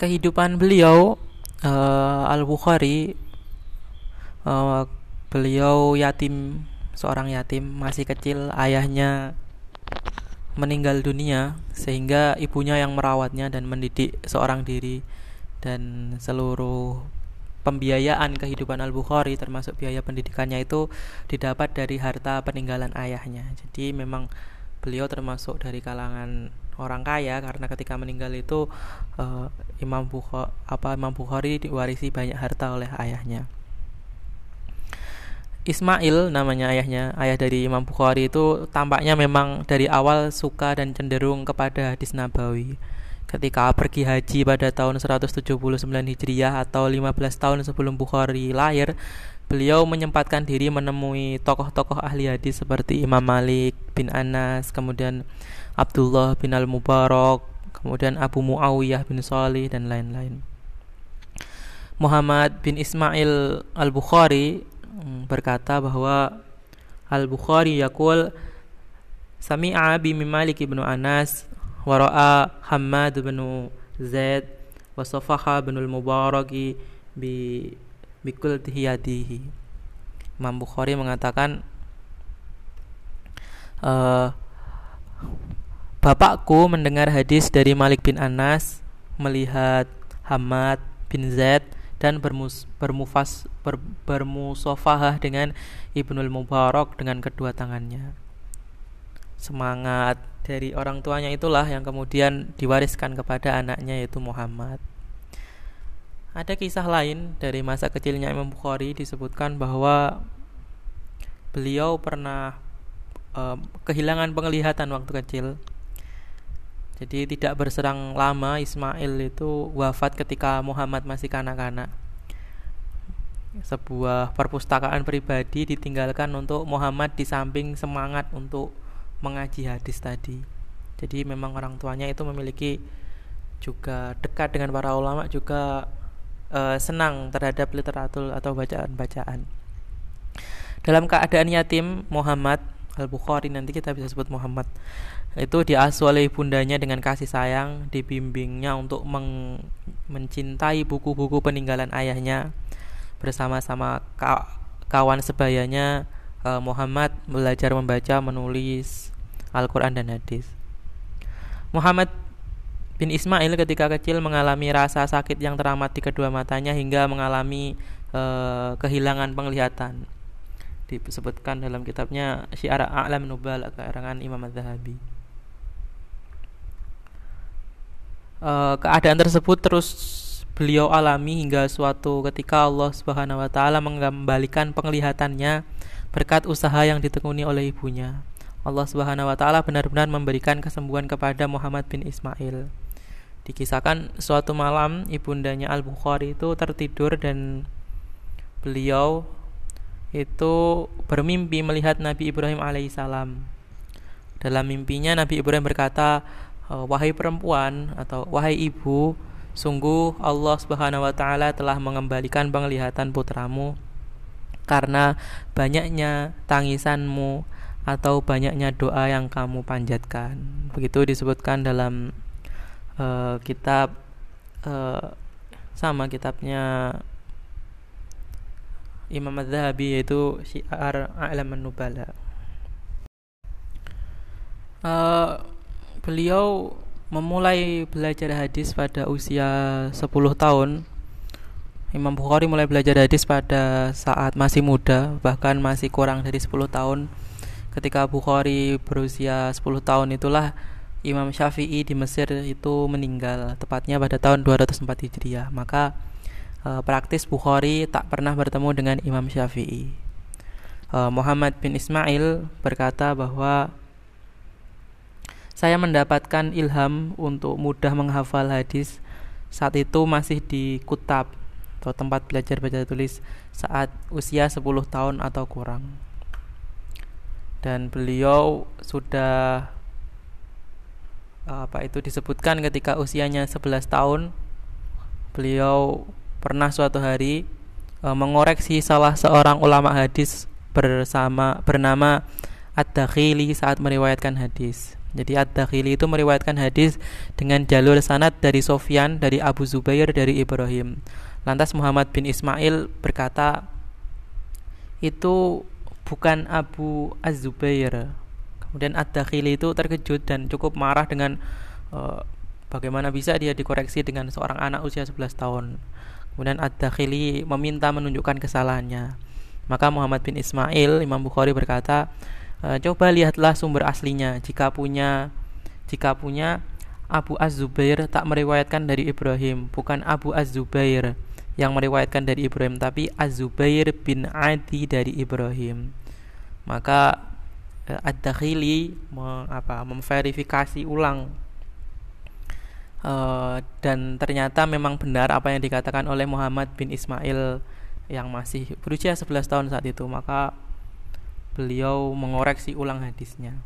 kehidupan beliau, Al-Bukhari, beliau yatim, seorang yatim, masih kecil. Ayahnya meninggal dunia sehingga ibunya yang merawatnya dan mendidik seorang diri, dan seluruh pembiayaan kehidupan Al-Bukhari termasuk biaya pendidikannya itu didapat dari harta peninggalan ayahnya. Jadi memang beliau termasuk dari kalangan orang kaya, karena ketika meninggal itu Imam Bukhari diwarisi banyak harta oleh ayahnya. Ismail namanya ayahnya, ayah dari Imam Bukhari itu tampaknya memang dari awal suka dan cenderung kepada hadis nabawi. Ketika pergi haji pada tahun 179 Hijriah atau 15 tahun sebelum Bukhari lahir, beliau menyempatkan diri menemui tokoh-tokoh ahli hadis seperti Imam Malik bin Anas, kemudian Abdullah bin Al-Mubarak, kemudian Abu Muawiyah bin Shalih, dan lain-lain. Muhammad bin Ismail Al-Bukhari berkata bahwa Al-Bukhari yaqul sami'a bi Malik bin Anas wa ra'a Hammad bin Zaid wa Safaha bin Al-Mubarak bi kulli yadihi. Imam Bukhari mengatakan, bapakku mendengar hadis dari Malik bin Anas, melihat Hammad bin Zaid, dan bermusafahah dengan Ibnul Mubarak dengan kedua tangannya. Semangat dari orang tuanya itulah yang kemudian diwariskan kepada anaknya, yaitu Muhammad. Ada kisah lain dari masa kecilnya Imam Bukhari, disebutkan bahwa beliau pernah kehilangan penglihatan waktu kecil. Jadi tidak berserang lama Ismail itu wafat ketika Muhammad masih kanak-kanak. Sebuah perpustakaan pribadi ditinggalkan untuk Muhammad di samping semangat untuk mengaji hadis tadi. Jadi memang orang tuanya itu memiliki juga dekat dengan para ulama, juga senang terhadap literatur atau bacaan-bacaan. Dalam keadaan yatim, Muhammad Al-Bukhari, nanti kita bisa sebut Muhammad, itu diasuh oleh ibundanya dengan kasih sayang, dibimbingnya untuk mencintai buku-buku peninggalan ayahnya. Bersama-sama kawan sebayanya, Muhammad belajar membaca, menulis Al-Quran dan hadis. Muhammad bin Ismail ketika kecil mengalami rasa sakit yang teramat di kedua matanya hingga mengalami kehilangan penglihatan. Disebutkan dalam kitabnya Syiar A'lam Nubala karangan Imam Az-Zahabi. Keadaan tersebut terus beliau alami hingga suatu ketika Allah Subhanahu wa taala mengembalikan penglihatannya berkat usaha yang ditekuni oleh ibunya. Allah Subhanahu wa taala benar-benar memberikan kesembuhan kepada Muhammad bin Ismail. Dikisahkan suatu malam ibundanya Al-Bukhari itu tertidur dan beliau itu bermimpi melihat Nabi Ibrahim alaihissalam. Dalam mimpinya Nabi Ibrahim berkata, wahai perempuan atau wahai ibu, sungguh Allah Subhanahu wa taala telah mengembalikan penglihatan putramu karena banyaknya tangisanmu atau banyaknya doa yang kamu panjatkan. Begitu disebutkan dalam kitab sama kitabnya Imam Az-Zahabi, yaitu Syiar A'lam Nubala. Beliau memulai belajar hadis pada usia 10 tahun. Imam Bukhari mulai belajar hadis pada saat masih muda, bahkan masih kurang dari 10 tahun. Ketika Bukhari berusia 10 tahun itulah Imam Syafi'i di Mesir itu meninggal, tepatnya pada tahun 204 Hijriah. Maka praktis Bukhari tak pernah bertemu dengan Imam Syafi'i. Muhammad bin Ismail berkata bahwa saya mendapatkan ilham untuk mudah menghafal hadis saat itu masih di kutab atau tempat belajar baca tulis saat usia 10 tahun atau kurang. Dan beliau sudah disebutkan ketika usianya 11 tahun beliau pernah suatu hari mengoreksi salah seorang ulama hadis bernama Ad-Dakhili saat meriwayatkan hadis. Jadi Ad-Dakhili itu meriwayatkan hadis dengan jalur sanad dari Sofyan, dari Abu Zubair, dari Ibrahim. Lantas Muhammad bin Ismail berkata, itu bukan Abu Az-Zubair. Kemudian Ad-Dakhili itu terkejut dan cukup marah dengan bagaimana bisa dia dikoreksi dengan seorang anak usia 11 tahun. Kemudian Ad-Dakhili meminta menunjukkan kesalahannya. Maka Muhammad bin Ismail, Imam Bukhari berkata, coba lihatlah sumber aslinya. Jika punya Abu Az-Zubair tak meriwayatkan dari Ibrahim, bukan Abu Az-Zubair yang meriwayatkan dari Ibrahim, tapi Az-Zubair bin Adi dari Ibrahim. Maka Ad-Dakhili memverifikasi ulang, dan ternyata memang benar apa yang dikatakan oleh Muhammad bin Ismail yang masih berusia 11 tahun saat itu. Maka beliau mengoreksi ulang hadisnya.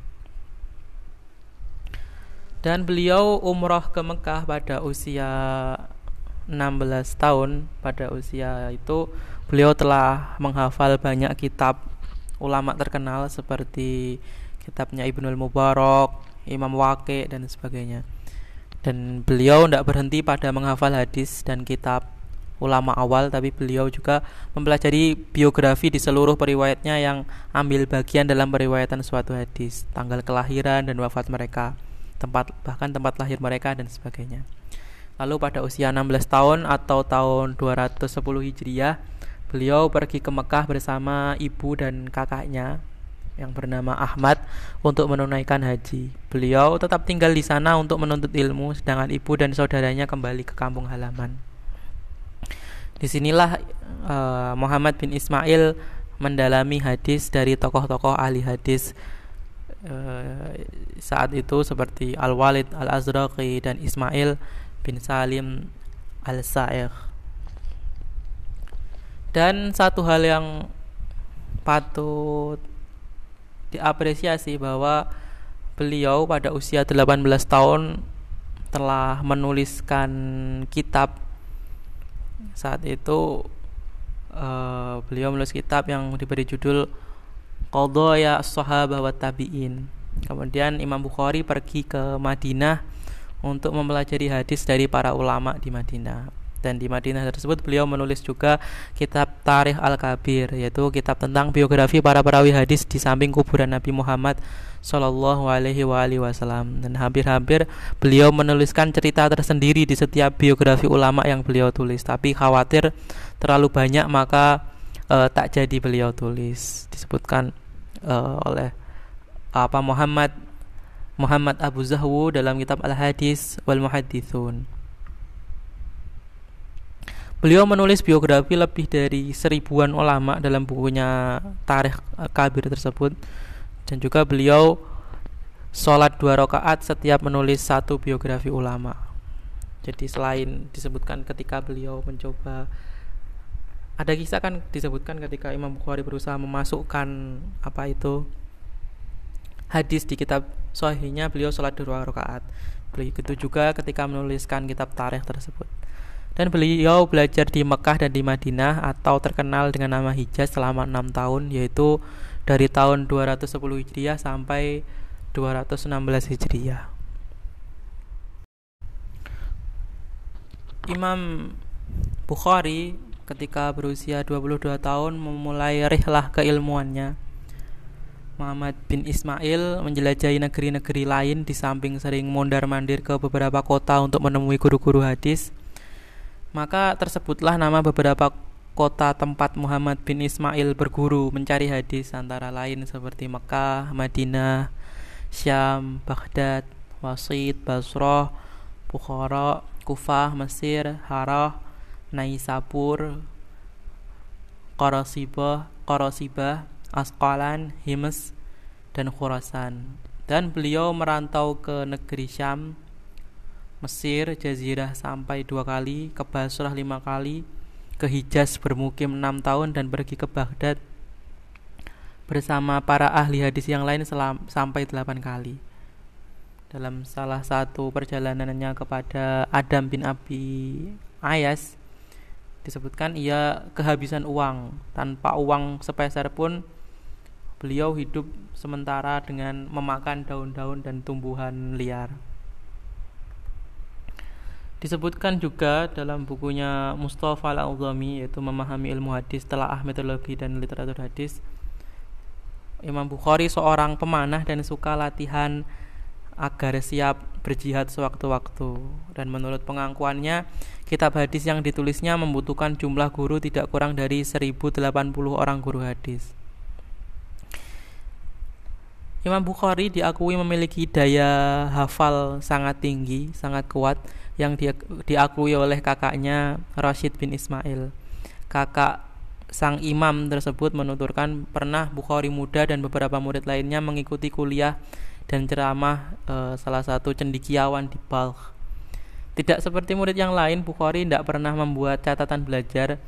Dan beliau umroh ke Mekah pada usia 16 tahun. Pada usia itu beliau telah menghafal banyak kitab ulama terkenal seperti kitabnya Ibnul Mubarak, Imam Waqi dan sebagainya. Dan beliau tidak berhenti pada menghafal hadis dan kitab ulama awal, tapi beliau juga mempelajari biografi di seluruh periwayatnya yang ambil bagian dalam periwayatan suatu hadis, tanggal kelahiran dan wafat mereka, bahkan tempat lahir mereka dan sebagainya. Lalu pada usia 16 tahun atau tahun 210 Hijriah, beliau pergi ke Mekah bersama ibu dan kakaknya yang bernama Ahmad untuk menunaikan haji. Beliau tetap tinggal di sana untuk menuntut ilmu, sedangkan ibu dan saudaranya kembali ke kampung halaman. Disinilah Muhammad bin Ismail mendalami hadis dari tokoh-tokoh ahli hadis saat itu seperti Al-Walid Al-Azraqi dan Ismail bin Salim Al-Sa'igh. Dan satu hal yang patut diapresiasi bahwa beliau pada usia 18 tahun telah menuliskan kitab. Saat itu beliau menulis kitab yang diberi judul Qadaya As-Sahabah wa Tabi'in. Kemudian Imam Bukhari pergi ke Madinah untuk mempelajari hadis dari para ulama di Madinah. Dan di Madinah tersebut beliau menulis juga kitab Tarikh Al-Kabir, yaitu kitab tentang biografi para perawi hadis di samping kuburan Nabi Muhammad Sallallahu Alaihi Wasallam. Dan hampir-hampir beliau menuliskan cerita tersendiri di setiap biografi ulama yang beliau tulis, tapi khawatir terlalu banyak maka tak jadi beliau tulis. Disebutkan oleh Muhammad Abu Zahwu dalam kitab Al-Hadis wal Muhaddithun. Beliau menulis biografi lebih dari 1000-an ulama dalam bukunya Tarikh Kabir tersebut. Dan juga beliau sholat 2 rakaat setiap menulis satu biografi ulama. Jadi selain disebutkan ketika beliau mencoba, ada kisah kan disebutkan ketika Imam Bukhari berusaha memasukkan hadis di kitab sahihnya, beliau sholat 2 rakaat. Begitu juga ketika menuliskan kitab Tarikh tersebut. Dan beliau belajar di Mekah dan di Madinah atau terkenal dengan nama Hijaz selama 6 tahun, yaitu dari tahun 210 Hijriah sampai 216 Hijriah. Imam Bukhari ketika berusia 22 tahun memulai rihlah keilmuannya. Muhammad bin Ismail menjelajahi negeri-negeri lain di samping sering mondar-mandir ke beberapa kota untuk menemui guru-guru hadis. Maka tersebutlah nama beberapa kota tempat Muhammad bin Ismail berguru mencari hadis, antara lain seperti Mekah, Madinah, Syam, Baghdad, Wasit, Basrah, Bukhara, Kufah, Mesir, Harah, Naisabur, Qarasibah, Asqalan, Hims, dan Khurasan. Dan beliau merantau ke negeri Syam, Mesir, Jazirah sampai 2 kali, ke Basrah 5 kali, ke Hijaz bermukim 6 tahun, dan pergi ke Baghdad bersama para ahli hadis yang lain sampai 8 kali. Dalam salah satu perjalanannya kepada Adam bin Abi Ayas, disebutkan ia kehabisan uang. Tanpa uang sepeser pun Beliau hidup sementara dengan memakan daun-daun dan tumbuhan liar. Disebutkan juga dalam bukunya Mustafa Al-A'zami, yaitu Memahami Ilmu Hadis, Telaah Metodologi dan Literatur Hadis, Imam Bukhari seorang pemanah dan suka latihan agar siap berjihad sewaktu-waktu. Dan menurut pengakuannya, kitab hadis yang ditulisnya membutuhkan jumlah guru tidak kurang dari 1080 orang guru hadis. Imam Bukhari diakui memiliki daya hafal sangat tinggi, sangat kuat, yang diakui oleh kakaknya Rashid bin Ismail. Kakak sang imam tersebut menuturkan pernah Bukhari muda dan beberapa murid lainnya mengikuti kuliah dan ceramah salah satu cendekiawan di Balkh. Tidak seperti murid yang lain, Bukhari tidak pernah membuat catatan belajar.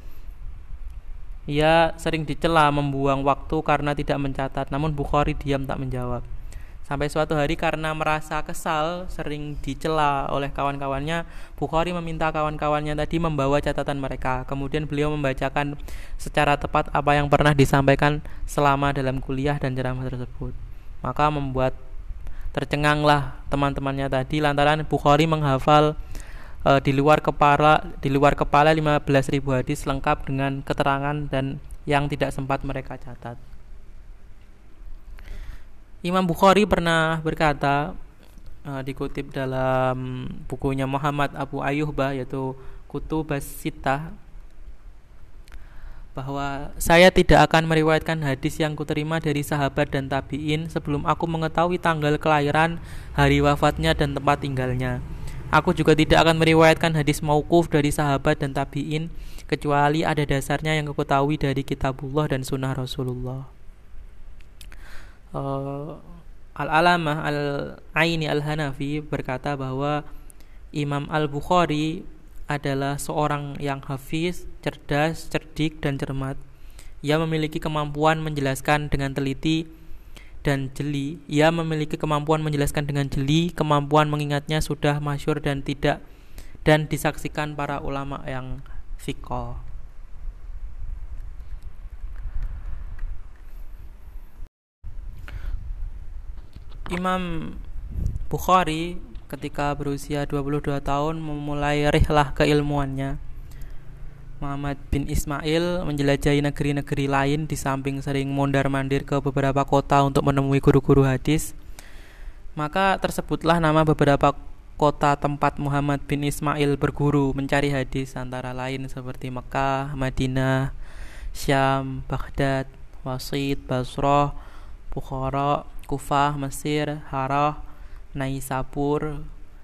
Ia sering dicela membuang waktu karena tidak mencatat, namun Bukhari diam tak menjawab. Sampai suatu hari karena merasa kesal sering dicela oleh kawan-kawannya, Bukhari meminta kawan-kawannya tadi membawa catatan mereka. Kemudian beliau membacakan secara tepat apa yang pernah disampaikan selama dalam kuliah dan ceramah tersebut. Maka membuat tercenganglah teman-temannya tadi lantaran Bukhari menghafal di luar kepala 15.000 hadis lengkap dengan keterangan dan yang tidak sempat mereka catat. Imam Bukhari pernah berkata, dikutip dalam bukunya Muhammad Abu Ayyubah, yaitu Kutubas Sittah, bahwa saya tidak akan meriwayatkan hadis yang kuterima dari sahabat dan tabi'in sebelum aku mengetahui tanggal kelahiran, hari wafatnya dan tempat tinggalnya. Aku juga tidak akan meriwayatkan hadis mauquf dari sahabat dan tabi'in kecuali ada dasarnya yang aku ketahui dari kitabullah dan sunnah Rasulullah. Al-Alamah Al-Aini Al-Hanafi berkata bahwa Imam Al-Bukhari adalah seorang yang hafiz, cerdas, cerdik, dan cermat. Ia memiliki kemampuan menjelaskan dengan teliti dan jeli. Ia memiliki kemampuan menjelaskan dengan jeli, kemampuan mengingatnya sudah masyhur dan disaksikan para ulama yang thiqah. Imam Bukhari ketika berusia 22 tahun memulai rihlah keilmuannya. Muhammad bin Ismail menjelajahi negeri-negeri lain di samping sering mondar-mandir ke beberapa kota untuk menemui guru-guru hadis. Maka tersebutlah nama beberapa kota tempat Muhammad bin Ismail berguru mencari hadis, antara lain seperti Mekah, Madinah, Syam, Baghdad, Wasit, Basrah, Bukhara, Kufah, Mesir, Harah, Naisabur,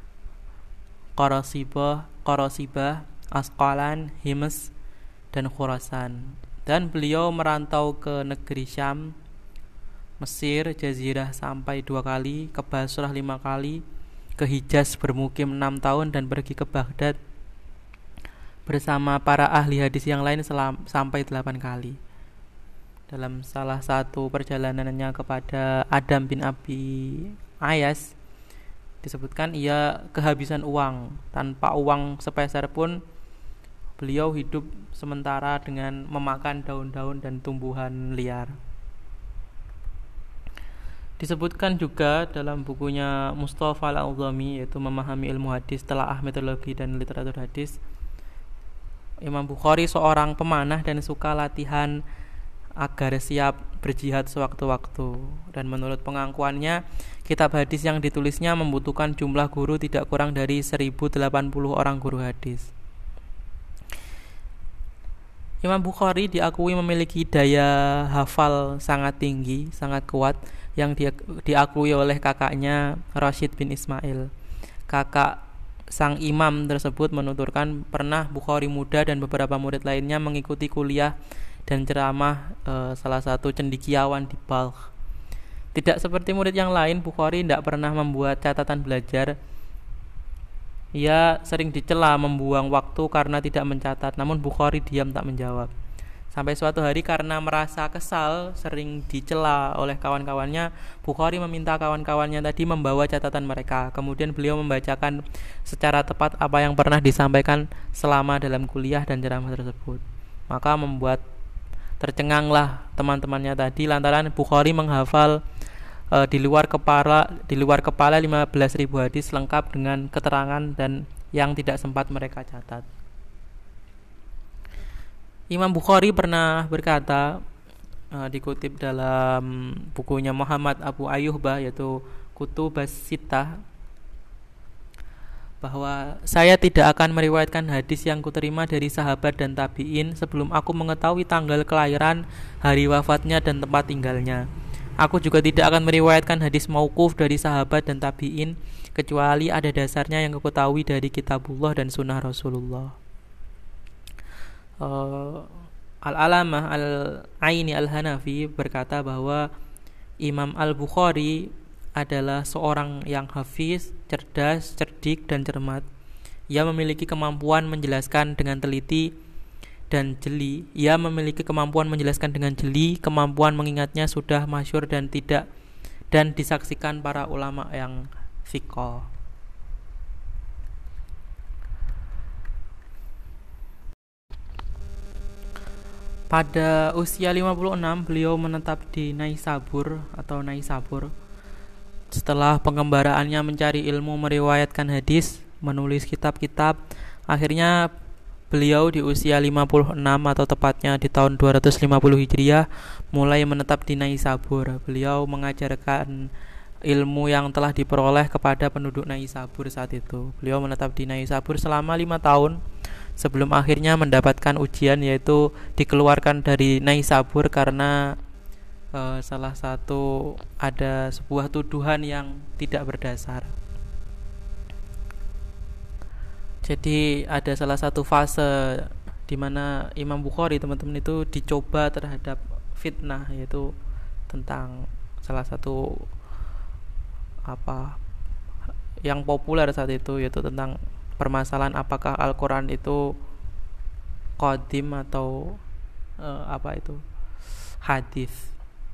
Qarasibah, Asqalan, Hims, dan Khurasan. Dan beliau merantau ke negeri Syam, Mesir, Jazirah sampai 2 kali, ke Basrah 5 kali, ke Hijaz bermukim 6 tahun, dan pergi ke Baghdad bersama para ahli hadis yang lain sampai 8 kali. Dalam salah satu perjalanannya kepada Adam bin Abi Ayas disebutkan ia kehabisan uang. Tanpa uang sepeser pun beliau hidup sementara dengan memakan daun-daun dan tumbuhan liar. Disebutkan juga dalam bukunya Mustafa Al-A'zami, yaitu Memahami Ilmu Hadis, Telaah Metodologi dan Literatur Hadis, Imam Bukhari seorang pemanah dan suka latihan agar siap berjihad sewaktu-waktu. Dan menurut pengakuannya, kitab hadis yang ditulisnya membutuhkan jumlah guru tidak kurang dari 1080 orang guru hadis. Imam Bukhari diakui memiliki daya hafal sangat tinggi, sangat kuat, yang diakui oleh kakaknya Rashid bin Ismail. Kakak sang imam tersebut menuturkan pernah Bukhari muda dan beberapa murid lainnya mengikuti kuliah dan ceramah salah satu cendekiawan di Balkh. Tidak seperti murid yang lain, Bukhari tidak pernah membuat catatan belajar. Ia sering dicela membuang waktu karena tidak mencatat, namun Bukhari diam tak menjawab. Sampai suatu hari karena merasa kesal sering dicela oleh kawan-kawannya, Bukhari meminta kawan-kawannya tadi membawa catatan mereka. Kemudian beliau membacakan secara tepat apa yang pernah disampaikan selama dalam kuliah dan ceramah tersebut. Maka membuat tercenganglah teman-temannya tadi lantaran Bukhari menghafal di luar kepala 15.000 hadis lengkap dengan keterangan dan yang tidak sempat mereka catat. Imam Bukhari pernah berkata, dikutip dalam bukunya Muhammad Abu Ayyubah, yaitu Kutubas Sittah, bahwa saya tidak akan meriwayatkan hadis yang kuterima dari sahabat dan tabi'in sebelum aku mengetahui tanggal kelahiran, hari wafatnya, dan tempat tinggalnya. Aku juga tidak akan meriwayatkan hadis mauquf dari sahabat dan tabi'in kecuali ada dasarnya yang aku ketahui dari kitabullah dan sunnah Rasulullah. Al-Alamah Al-Aini Al-Hanafi berkata bahwa Imam Al-Bukhari adalah seorang yang hafiz, cerdas, cerdik, dan cermat. Ia memiliki kemampuan menjelaskan dengan teliti dan jeli. Ia memiliki kemampuan menjelaskan dengan jeli, kemampuan mengingatnya sudah masyhur dan disaksikan para ulama yang thiqah. Pada usia 56 beliau menetap di Naisabur. Setelah pengembaraannya mencari ilmu, meriwayatkan hadis, menulis kitab-kitab, akhirnya beliau di usia 56 atau tepatnya di tahun 250 Hijriah mulai menetap di Naisabur. Beliau mengajarkan ilmu yang telah diperoleh kepada penduduk Naisabur saat itu. Beliau menetap di Naisabur selama 5 tahun sebelum akhirnya mendapatkan ujian, yaitu dikeluarkan dari Naisabur karena salah satu ada sebuah tuduhan yang tidak berdasar. Jadi ada salah satu fase di mana Imam Bukhari, teman-teman, itu dicoba terhadap fitnah, yaitu tentang salah satu yang populer saat itu, yaitu tentang permasalahan apakah Al-Quran itu qadim atau hadis.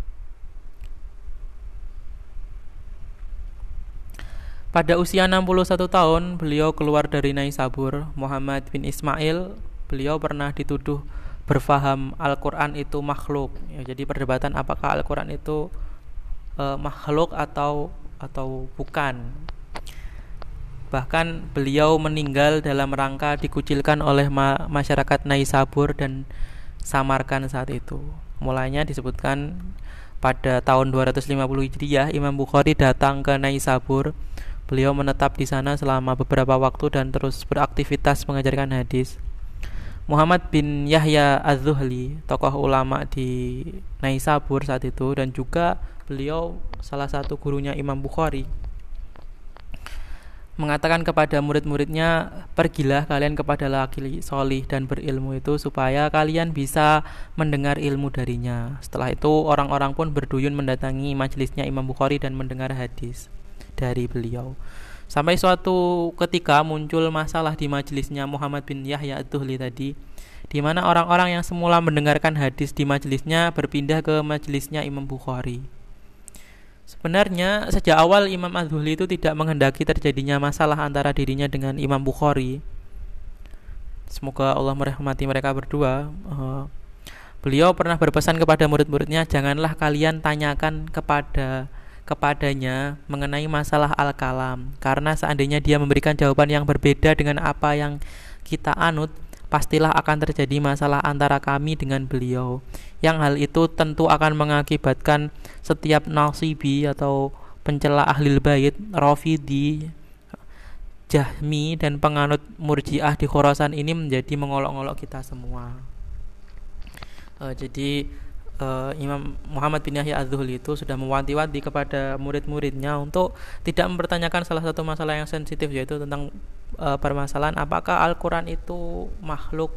Pada usia 61 tahun beliau keluar dari Naisabur. Muhammad bin Ismail, beliau pernah dituduh berfaham Al-Quran itu makhluk. Jadi perdebatan apakah Al-Quran itu makhluk atau bukan. Bahkan beliau meninggal dalam rangka dikucilkan oleh masyarakat Naisabur dan Samarkand saat itu. Mulanya disebutkan pada tahun 250 Hijriah Imam Bukhari datang ke Naisabur. Beliau menetap di sana selama beberapa waktu dan terus beraktivitas mengajarkan hadis. Muhammad bin Yahya Az-Zuhli, tokoh ulama di Naisabur saat itu, dan juga beliau salah satu gurunya Imam Bukhari, mengatakan kepada murid-muridnya, pergilah kalian kepada laki solih dan berilmu itu supaya kalian bisa mendengar ilmu darinya. Setelah itu orang-orang pun berduyun mendatangi majelisnya Imam Bukhari dan mendengar hadis dari beliau. Sampai suatu ketika muncul masalah di majelisnya Muhammad bin Yahya Az-Zuhli tadi, di mana orang-orang yang semula mendengarkan hadis di majelisnya berpindah ke majelisnya Imam Bukhari. Sebenarnya sejak awal Imam Az-Zuhli itu tidak menghendaki terjadinya masalah antara dirinya dengan Imam Bukhari. Semoga Allah merahmati mereka berdua. Beliau pernah berpesan kepada murid-muridnya, janganlah kalian tanyakan kepadanya mengenai masalah al-kalam, karena seandainya dia memberikan jawaban yang berbeda dengan apa yang kita anut, pastilah akan terjadi masalah antara kami dengan beliau, yang hal itu tentu akan mengakibatkan setiap nasibi atau pencela ahlil bait, Rafidi, Jahmi, dan penganut Murji'ah di Khurasan ini menjadi mengolok-olok kita semua. Jadi Imam Muhammad bin Yahya Az-Zuhli itu sudah mewanti-wanti kepada murid-muridnya untuk tidak mempertanyakan salah satu masalah yang sensitif, yaitu tentang permasalahan apakah Al-Quran itu makhluk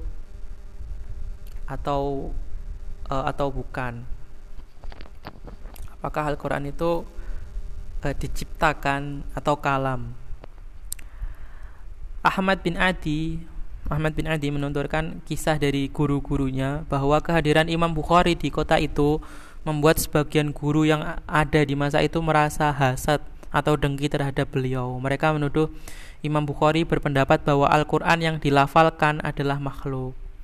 atau bukan. Apakah Al-Quran itu diciptakan atau kalam. Ahmad bin Adi menuturkan kisah dari guru-gurunya bahwa kehadiran Imam Bukhari di kota itu membuat sebagian guru yang ada di masa itu merasa hasad atau dengki terhadap beliau. Mereka menuduh Imam Bukhari berpendapat bahwa Al-Quran yang dilafalkan adalah makhluk.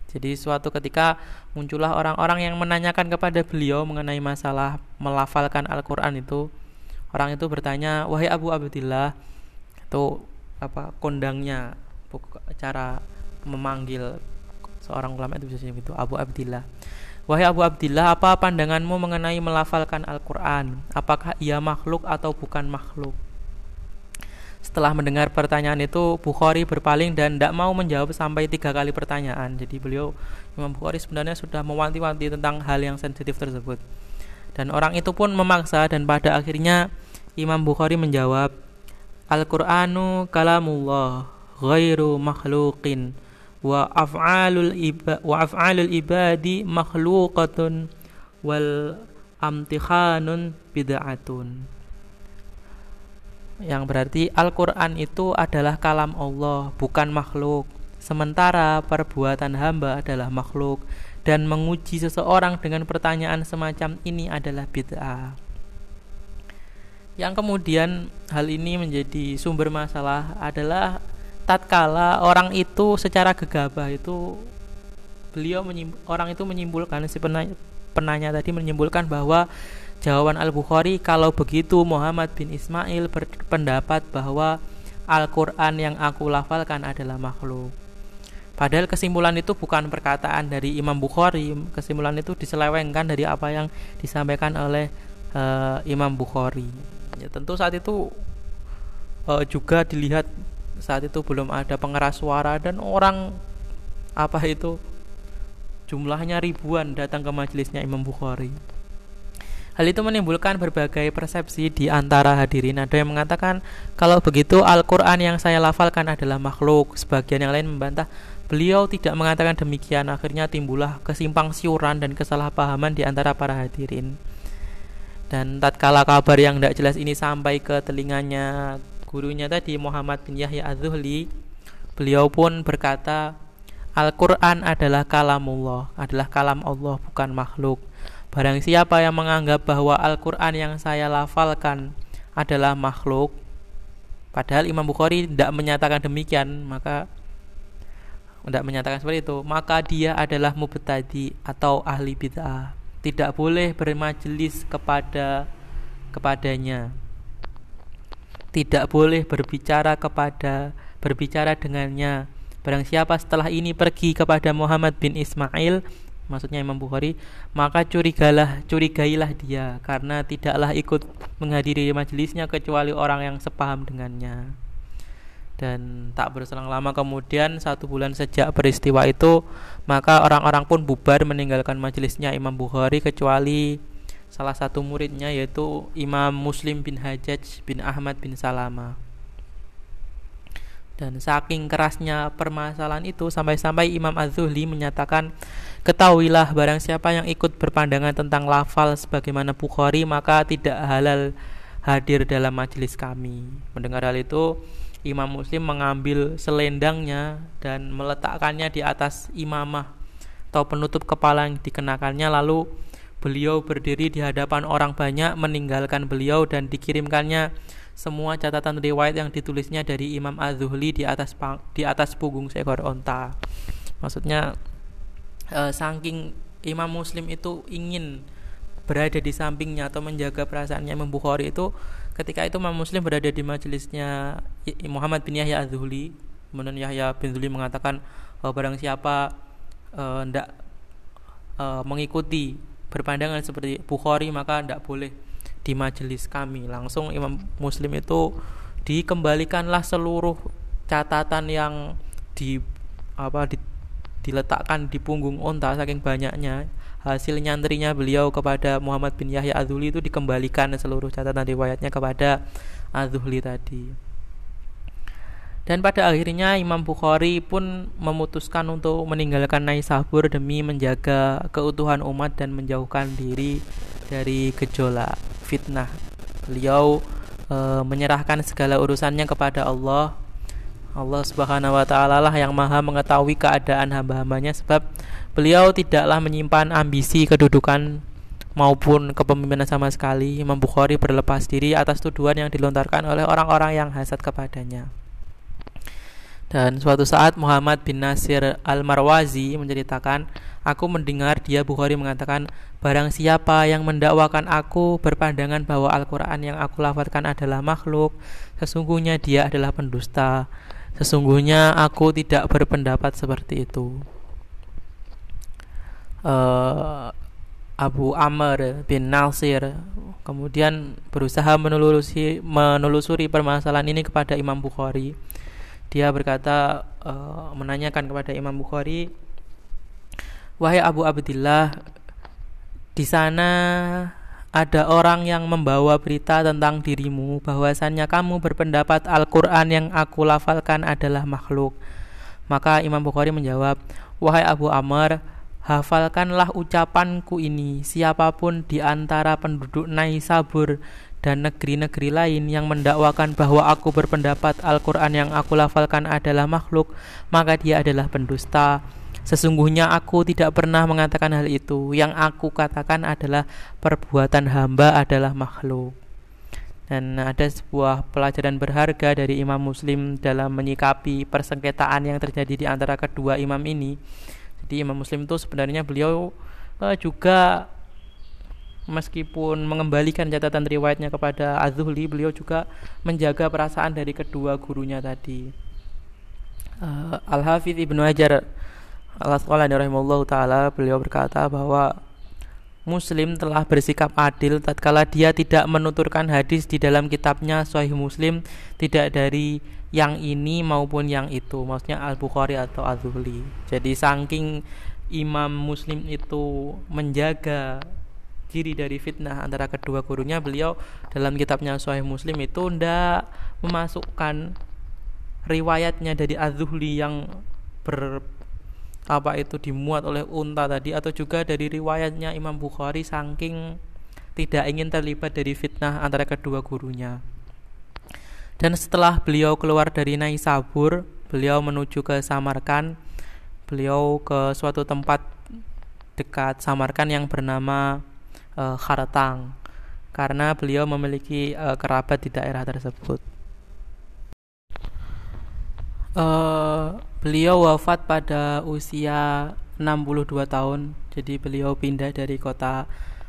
Jadi suatu ketika muncullah orang-orang yang menanyakan kepada beliau mengenai masalah melafalkan Al-Quran itu. Orang itu bertanya, wahai Abu Abdillah, itu kondangnya, cara memanggil seorang ulama itu biasanya gitu, Abu Abdillah. Wahai Abu Abdillah, apa pandanganmu mengenai melafalkan Al-Quran? Apakah ia makhluk atau bukan makhluk? Setelah mendengar pertanyaan itu, Bukhari berpaling dan tidak mau menjawab sampai 3 kali pertanyaan. Jadi Imam Bukhari sebenarnya sudah mewanti-wanti tentang hal yang sensitif tersebut. Dan orang itu pun memaksa, dan pada akhirnya Imam Bukhari menjawab, Al-Qur'anu kalamullah ghairu makhluqin wa af'alul ibadi makhluqatun wal amtikhanun bid'atun. Yang berarti Al-Quran itu adalah kalam Allah, bukan makhluk. Sementara perbuatan hamba adalah makhluk. Dan menguji seseorang dengan pertanyaan semacam ini adalah bid'ah. Yang kemudian hal ini menjadi sumber masalah adalah tatkala orang itu secara gegabah itu orang itu menyimpulkan, si penanya tadi menyimpulkan bahwa jawaban Al-Bukhari, kalau begitu Muhammad bin Ismail berpendapat bahwa Al-Quran yang aku lafalkan adalah makhluk. Padahal kesimpulan itu bukan perkataan dari Imam Bukhari. Kesimpulan itu diselewengkan dari apa yang disampaikan oleh Imam Bukhari. Ya, tentu saat itu juga dilihat saat itu belum ada pengeras suara, dan orang jumlahnya ribuan datang ke majelisnya Imam Bukhari. Hal itu menimbulkan berbagai persepsi di antara hadirin. Ada yang mengatakan, kalau begitu Al-Quran yang saya lafalkan adalah makhluk. Sebagian yang lain membantah, beliau tidak mengatakan demikian. Akhirnya timbullah kesimpang siuran dan kesalahpahaman di antara para hadirin. Dan tatkala kabar yang tidak jelas ini sampai ke telinganya gurunya tadi, Muhammad bin Yahya Az-Zuhli, beliau pun berkata, Al-Quran adalah kalamullah, adalah kalam Allah, bukan makhluk. Barang siapa yang menganggap bahwa Al-Quran yang saya lafalkan adalah makhluk, padahal Imam Bukhari tidak menyatakan demikian, maka maka dia adalah mubtadi atau ahli bid'ah. Tidak boleh bermajelis kepadanya. Tidak boleh berbicara dengannya. Barang siapa setelah ini pergi kepada Muhammad bin Ismail, maksudnya Imam Bukhari, maka curigailah dia, karena tidaklah ikut menghadiri majelisnya kecuali orang yang sepaham dengannya. Dan tak berselang lama kemudian, 1 bulan sejak peristiwa itu, maka orang-orang pun bubar meninggalkan majelisnya Imam Bukhari, kecuali salah satu muridnya, yaitu Imam Muslim bin Hajjaj bin Ahmad bin Salama. Dan saking kerasnya permasalahan itu, sampai-sampai Imam Az-Zuhli menyatakan, ketahuilah barang siapa yang ikut berpandangan tentang lafal sebagaimana Bukhari, maka tidak halal hadir dalam majelis kami. Mendengar hal itu, Imam Muslim mengambil selendangnya dan meletakkannya di atas imamah atau penutup kepala yang dikenakannya. Lalu beliau berdiri di hadapan orang banyak, meninggalkan beliau, dan dikirimkannya semua catatan riwayat yang ditulisnya dari Imam Az-Zuhli di atas punggung seekor onta. Maksudnya saking Imam Muslim itu ingin berada di sampingnya atau menjaga perasaannya Imam Bukhari itu, ketika itu Imam Muslim berada di majelisnya Muhammad bin Yahya Az-Zuhli. Kemudian Yahya bin Zuhli mengatakan, barang siapa tidak mengikuti berpandangan seperti Bukhari, maka tidak boleh di majelis kami. Langsung Imam Muslim itu dikembalikanlah seluruh catatan yang diletakkan di punggung onta. Saking banyaknya hasil nyantrinya beliau kepada Muhammad bin Yahya Az-Zuhli, itu dikembalikan seluruh catatan riwayatnya kepada Az-Zuhli tadi. Dan pada akhirnya Imam Bukhari pun memutuskan untuk meninggalkan Naisabur demi menjaga keutuhan umat dan menjauhkan diri dari gejolak fitnah. Beliau menyerahkan segala urusannya kepada Allah. Allah Subhanahu wa ta'ala lah yang maha mengetahui keadaan hamba-hambanya, sebab beliau tidaklah menyimpan ambisi kedudukan maupun kepemimpinan sama sekali. Imam Bukhari berlepas diri atas tuduhan yang dilontarkan oleh orang-orang yang hasad kepadanya. Dan suatu saat Muhammad bin Nasir Al-Marwazi menceritakan, aku mendengar dia Bukhari mengatakan, barang siapa yang mendakwakan aku berpandangan bahwa Al-Quran yang aku lafadzkan adalah makhluk, sesungguhnya dia adalah pendusta. Sesungguhnya aku tidak berpendapat seperti itu. Abu Amr bin Nasir kemudian berusaha menelusuri permasalahan ini kepada Imam Bukhari. Dia berkata, menanyakan kepada Imam Bukhari, wahai Abu Abdillah, di sana ada orang yang membawa berita tentang dirimu bahwasannya kamu berpendapat Al-Quran yang aku lafalkan adalah makhluk. Maka Imam Bukhari menjawab, wahai Abu Amr, hafalkanlah ucapanku ini. Siapapun di antara penduduk Naisabur dan negeri-negeri lain yang mendakwakan bahwa aku berpendapat Al-Quran yang aku lafalkan adalah makhluk, maka dia adalah pendusta. Sesungguhnya aku tidak pernah mengatakan hal itu. Yang aku katakan adalah perbuatan hamba adalah makhluk. Dan ada sebuah pelajaran berharga dari Imam Muslim dalam menyikapi persengketaan yang terjadi di antara kedua imam ini. Jadi Imam Muslim itu sebenarnya beliau juga meskipun mengembalikan catatan riwayatnya kepada Az-Zuhli, beliau juga menjaga perasaan dari kedua gurunya tadi. Al-Hafidz Ibnu Hajar Al-Asqalani rahimahullahu ta'ala, beliau berkata bahwa Muslim telah bersikap adil tatkala dia tidak menuturkan hadis di dalam kitabnya Sahih Muslim tidak dari yang ini maupun yang itu, maksudnya Al-Bukhari atau Az-Zuhli. Jadi saking Imam Muslim itu menjaga diri dari fitnah antara kedua gurunya, beliau dalam kitabnya Sahih Muslim itu tidak memasukkan riwayatnya dari Az-Zuhli yang dimuat oleh unta tadi, atau juga dari riwayatnya Imam Bukhari saking tidak ingin terlibat dari fitnah antara kedua gurunya. Dan setelah beliau keluar dari Naisabur, beliau menuju ke Samarkand. Beliau ke suatu tempat dekat Samarkand yang bernama Kharatang, karena beliau memiliki kerabat di daerah tersebut. Beliau wafat pada usia 62 tahun. Jadi beliau pindah dari kota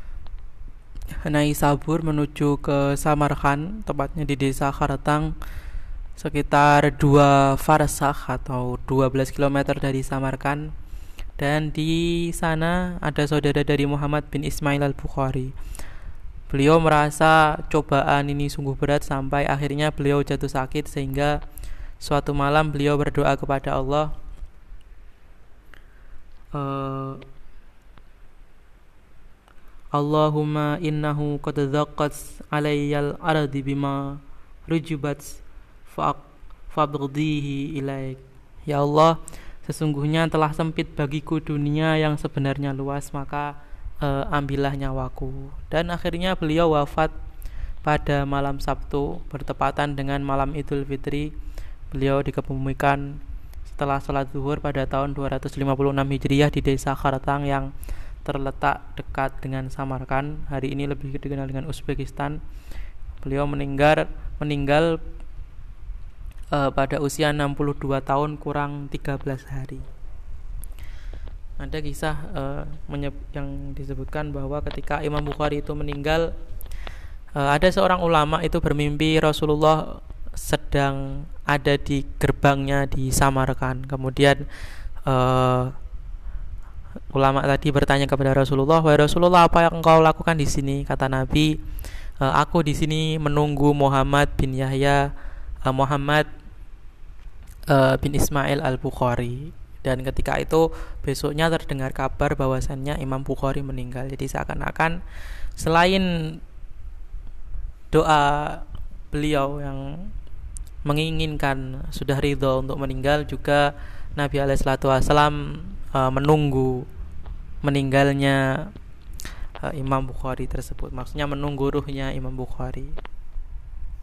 Naisabur menuju ke Samarkand, tepatnya di desa Kharatang, sekitar 2 farsakh atau 12 km dari Samarkand. Dan di sana ada saudara dari Muhammad bin Ismail Al-Bukhari. Beliau merasa cobaan ini sungguh berat sampai akhirnya beliau jatuh sakit, sehingga suatu malam beliau berdoa kepada Allah, Allahumma innahu qad dhaqqat alayyal ardi bima rujubat fabghdihi ilaik. Ya Allah, sesungguhnya telah sempit bagiku dunia yang sebenarnya luas, maka ambillah nyawaku. Dan akhirnya beliau wafat pada malam Sabtu bertepatan dengan malam Idul Fitri. Beliau dikebumikan setelah sholat zuhur pada tahun 256 Hijriah di desa Kharatang yang terletak dekat dengan Samarkand. Hari ini lebih dikenal dengan Uzbekistan. Beliau meninggal pada usia 62 tahun kurang 13 hari. Ada kisah yang disebutkan bahwa ketika Imam Bukhari itu meninggal, ada seorang ulama itu bermimpi Rasulullah sedang ada di gerbangnya di Samarkand. Kemudian ulama tadi bertanya kepada Rasulullah, wahai Rasulullah, apa yang engkau lakukan di sini? Kata Nabi, aku di sini menunggu Muhammad bin Ismail Al-Bukhari. Dan ketika itu besoknya terdengar kabar bahwasannya Imam Bukhari meninggal. Jadi seakan-akan selain doa beliau yang menginginkan sudah ridho untuk meninggal, juga Nabi SAW menunggu meninggalnya Imam Bukhari tersebut, maksudnya menunggu ruhnya Imam Bukhari.